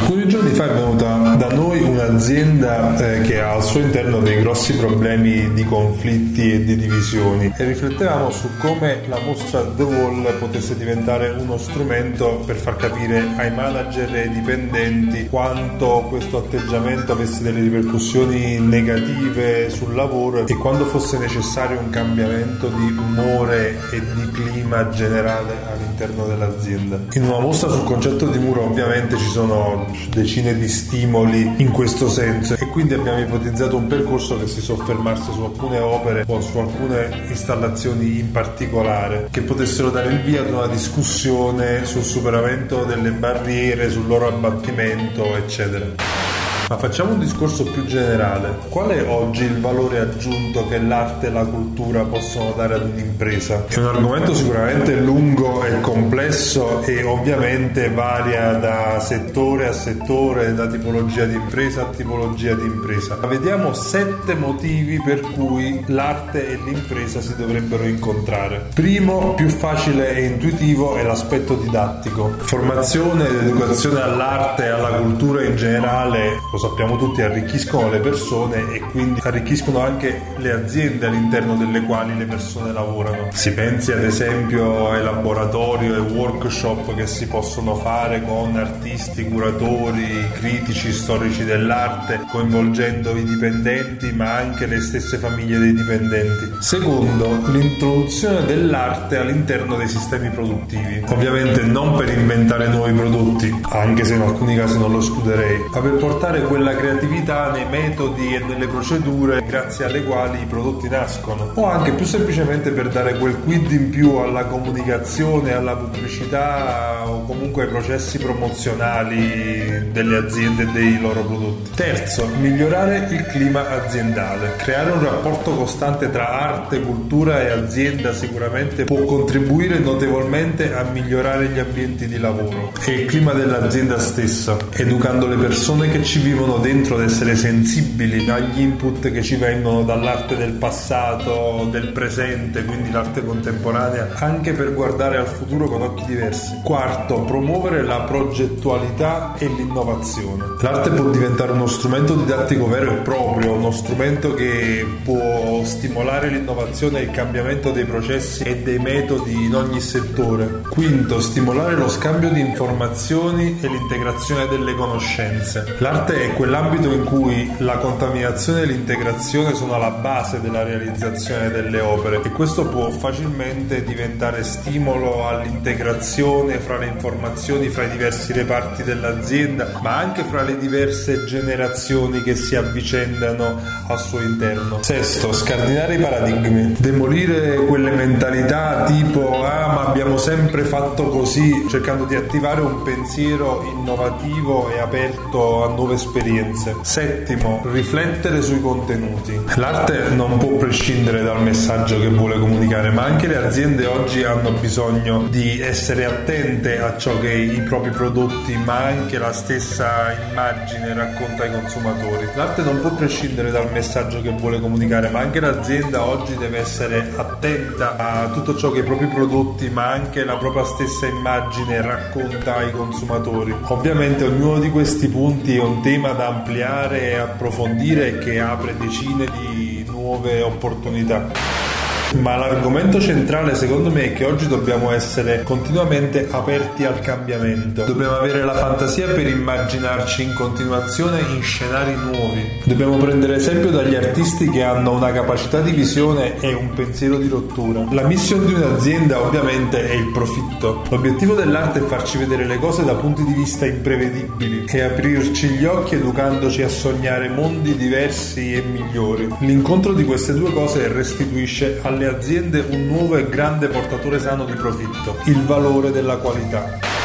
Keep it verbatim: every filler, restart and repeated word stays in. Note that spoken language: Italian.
Alcuni giorni fa è venuta da noi un'azienda eh, che ha al suo interno dei grossi problemi di conflitti e di divisioni e riflettevamo su come la mostra The Wall potesse diventare uno strumento per far capire ai manager e ai dipendenti quanto questo atteggiamento avesse delle ripercussioni negative sul lavoro e quando fosse necessario un cambiamento di umore e di clima generale all'interno dell'azienda. In una mostra sul concetto di muro ovviamente ci sono decine di stimoli in questo senso e quindi abbiamo ipotizzato un percorso che si soffermasse su alcune opere o su alcune installazioni in particolare che potessero dare il via ad una discussione sul superamento delle barriere, sul loro abbattimento, eccetera. Ma facciamo un discorso più generale. Qual è oggi il valore aggiunto che l'arte e la cultura possono dare ad un'impresa? È un argomento sicuramente lungo e complesso e ovviamente varia da settore a settore, da tipologia di impresa a tipologia di impresa. Ma vediamo sette motivi per cui l'arte e l'impresa si dovrebbero incontrare. Primo, più facile e intuitivo, è l'aspetto didattico. Formazione ed educazione all'arte e alla cultura in generale, lo sappiamo tutti, arricchiscono le persone e quindi arricchiscono anche le aziende all'interno delle quali le persone lavorano. Si pensi ad esempio ai laboratori e workshop che si possono fare con artisti, curatori, critici, storici dell'arte, coinvolgendo i dipendenti ma anche le stesse famiglie dei dipendenti. Secondo, l'introduzione dell'arte all'interno dei sistemi produttivi. Ovviamente non per inventare nuovi prodotti, anche se in alcuni casi non lo escluderei, ma per portare quella creatività nei metodi e nelle procedure grazie alle quali i prodotti nascono, o anche più semplicemente per dare quel quid in più alla comunicazione, alla pubblicità o comunque ai processi promozionali delle aziende e dei loro prodotti. Terzo, migliorare il clima aziendale. Creare un rapporto costante tra arte, cultura e azienda sicuramente può contribuire notevolmente a migliorare gli ambienti di lavoro e il clima dell'azienda stessa, educando le persone che ci vivono dentro ad essere sensibili agli input che ci vengono dall'arte del passato, del presente, quindi l'arte contemporanea, anche per guardare al futuro con occhi diversi. Quarto, promuovere la progettualità e l'innovazione. L'arte può diventare uno strumento didattico vero e proprio, uno strumento che può stimolare l'innovazione e il cambiamento dei processi e dei metodi in ogni settore. Quinto, stimolare lo scambio di informazioni e l'integrazione delle conoscenze. L'arte è quell'ambito in cui la contaminazione e l'integrazione sono alla base della realizzazione delle opere e questo può facilmente diventare stimolo all'integrazione fra le informazioni fra i diversi reparti dell'azienda, ma anche fra le diverse generazioni che si avvicendano al suo interno. Sesto, scardinare i paradigmi, demolire quelle mentalità tipo ah ma abbiamo sempre fatto così, cercando di attivare un pensiero innovativo e aperto a nuove esperienze. Settimo, riflettere sui contenuti. L'arte non può prescindere dal messaggio che vuole comunicare, ma anche le aziende oggi hanno bisogno di essere attente a ciò che i propri prodotti, ma anche la stessa immagine racconta ai consumatori. L'arte non può prescindere dal messaggio che vuole comunicare, ma anche l'azienda oggi deve essere attenta a tutto ciò che i propri prodotti, ma anche la propria stessa immagine racconta ai consumatori. Ovviamente ognuno di questi punti è un tema da ampliare e approfondire e che apre decine di nuove opportunità. Ma l'argomento centrale secondo me è che oggi dobbiamo essere continuamente aperti al cambiamento. Dobbiamo avere la fantasia per immaginarci in continuazione in scenari nuovi. Dobbiamo prendere esempio dagli artisti che hanno una capacità di visione e un pensiero di rottura. La mission di un'azienda ovviamente è il profitto. L'obiettivo dell'arte è farci vedere le cose da punti di vista imprevedibili e aprirci gli occhi educandoci a sognare mondi diversi e migliori. L'incontro di queste due cose restituisce alle aziende un nuovo e grande portatore sano di profitto, il valore della qualità.